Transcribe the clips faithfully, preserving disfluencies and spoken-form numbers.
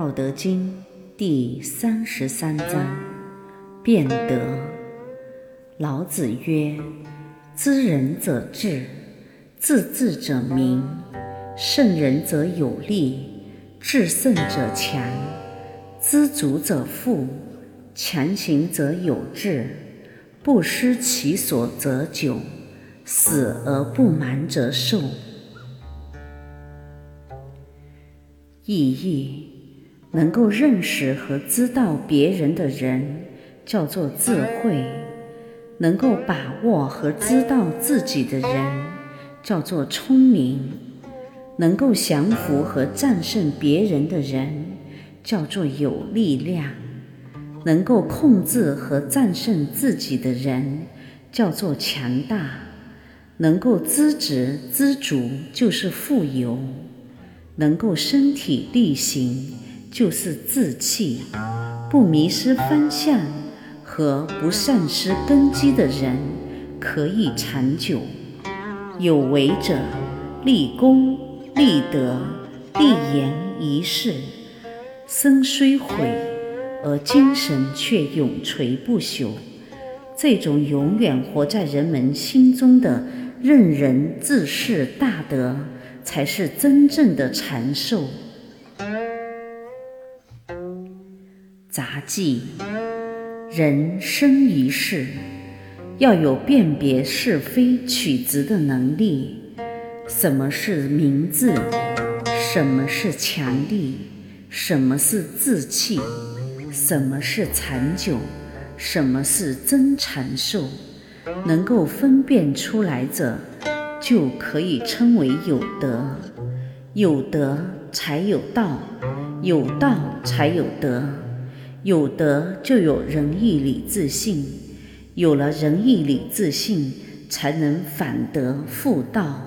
道德经第三十三章：辩德。老子曰：知人者智，自治者明，胜人者有力，制胜者强，知足者富，强行者有志，不失其所者久，死而不满者寿。意义：能够认识和知道别人的人叫做智慧，能够把握和知道自己的人叫做聪明，能够降服和战胜别人的人叫做有力量，能够控制和战胜自己的人叫做强大，能够知止知足就是富有，能够身体力行就是志气，不迷失方向和不丧失根基的人可以长久。有为者立功、立德、立言一事，身虽毁而精神却永垂不朽。这种永远活在人们心中的任人治世大德，才是真正的长寿。杂记：人生于世，要有辨别是非曲直的能力。什么是明智？什么是强力？什么是志气？什么是长久？什么是真长寿？能够分辨出来者，就可以称为有德。有德才有道，有道才有德。有德就有仁义礼智信，有了仁义礼智信，才能反德复道。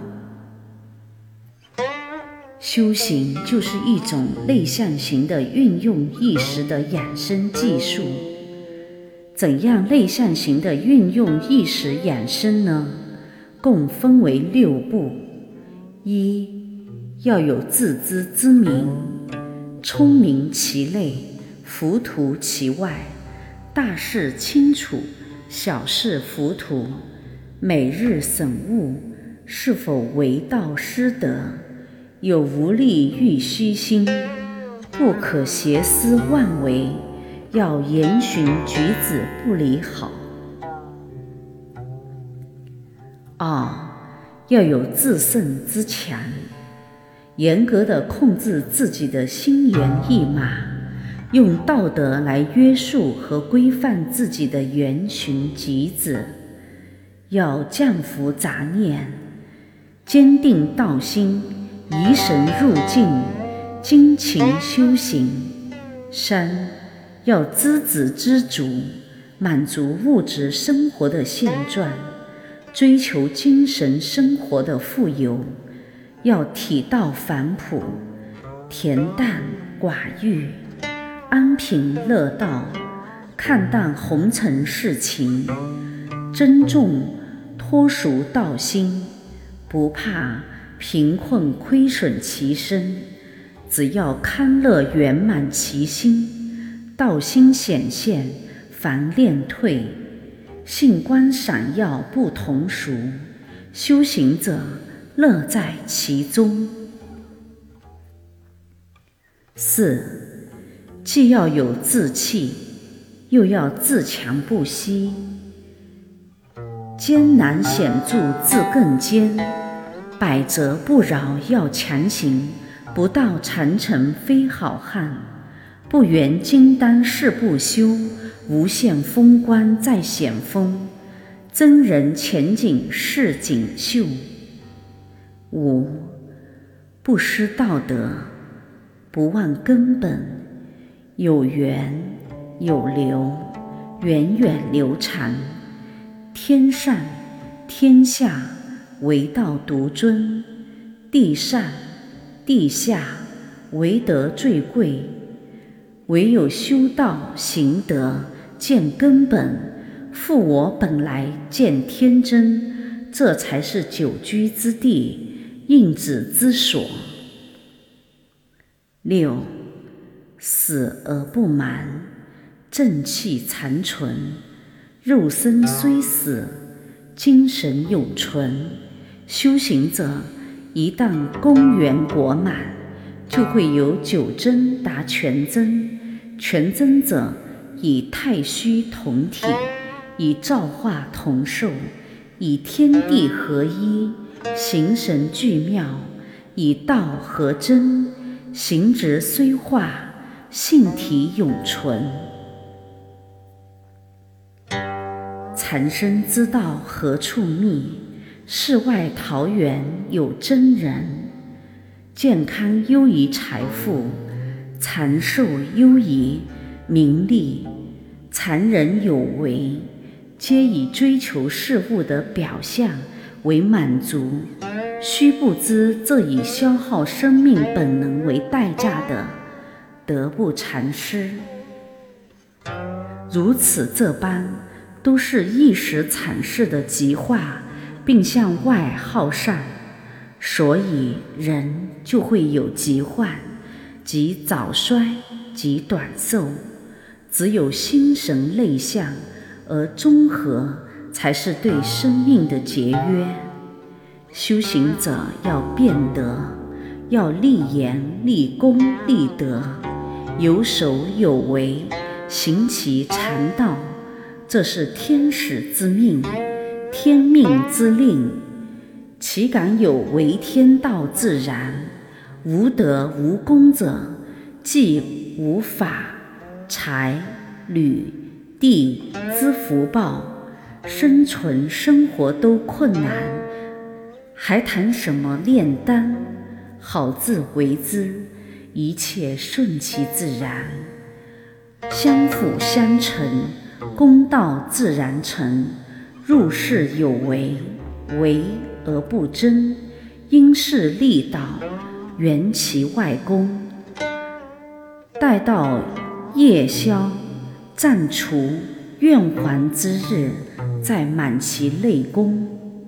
修行就是一种内向型的运用意识的养生技术。怎样内向型的运用意识养生呢？共分为六步。一、要有自知之明，聪明其内，糊涂其外，大事清楚，小事糊涂，每日审悟，是否为道失德，有无力欲虚心，不可邪思妄为，要严循举止不离好。二、要有自胜之强，严格地控制自己的心猿意马，用道德来约束和规范自己的言行举止，要降服杂念，坚定道心，怡神入境，精勤修行。三、要知止知足，满足物质生活的现状，追求精神生活的富有，要体道返璞，恬淡寡欲，安贫乐道，看淡红尘事情，珍重脱俗道心，不怕贫困亏损其身，只要康乐圆满其心，道心显现，凡念退，性光闪耀不同俗，修行者乐在其中。四、既要有志气，又要自强不息。艰难险阻自更艰，百折不挠要强行，不到长城非好汉，不圆金丹誓不休，无限风光在险峰，真人前景是锦绣。五、不失道德，不忘根本，有源有流，源远流长，天上天下唯道独尊，地上地下唯德最贵。唯有修道行德，见根本，复我本来见天真，这才是久居之地，应止之所。六、 死而不满，正气残存，肉身虽死，精神永存。修行者一旦功圆果满，就会有九真达全真。全真者以太虚同体，以造化同受，以天地合一，形神俱妙，以道合真，行执虽化，性体永存。残生之道何处觅？世外桃源有真人。健康优于财富，残寿优于名利。残人有为，皆以追求事物的表象为满足，须不知这以消耗生命本能为代价的，得不偿失。如此这般，都是一时阐释的极化，并向外耗散，所以人就会有疾患，即早衰，即短寿。只有心神内向而综合，才是对生命的节约。修行者要变得，要立言、立功、立德，有守有为，行其禅道，这是天使之命，天命之令。岂敢有违天道自然？无德无功者，即无法、财、履、地之福报，生存生活都困难，还谈什么炼丹？好自为之，一切顺其自然，相辅相成，公道自然成。入世有为，为而不争，因势利导，圆其外功。待到夜宵暂除怨还之日，再满其内功。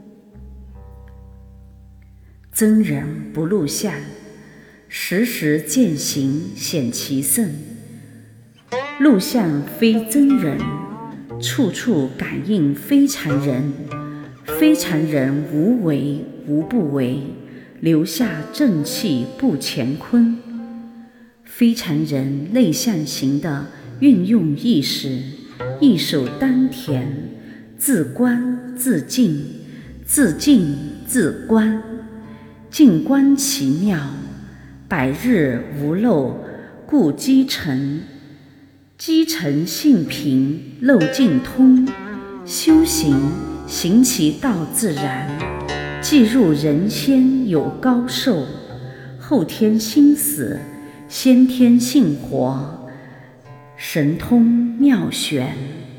真人不露相，时时践行显其圣。露相非真人，处处感应非常人。非常人无为无不为，留下正气不乾坤。非常人内向型的运用意识，一手丹田，自观自净，自净自观，静观其妙，百日无漏，故积成。积成性平，漏尽通。修行行其道自然，既入人仙有高寿，后天心死，先天性活，神通妙玄。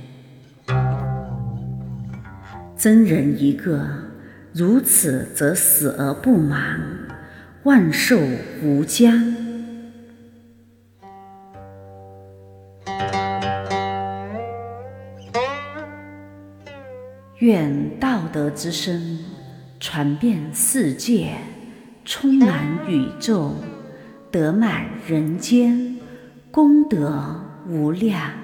真人一个，如此则死而不亡，万寿无疆。愿道德之声传遍世界，充满宇宙，得满人间，功德无量。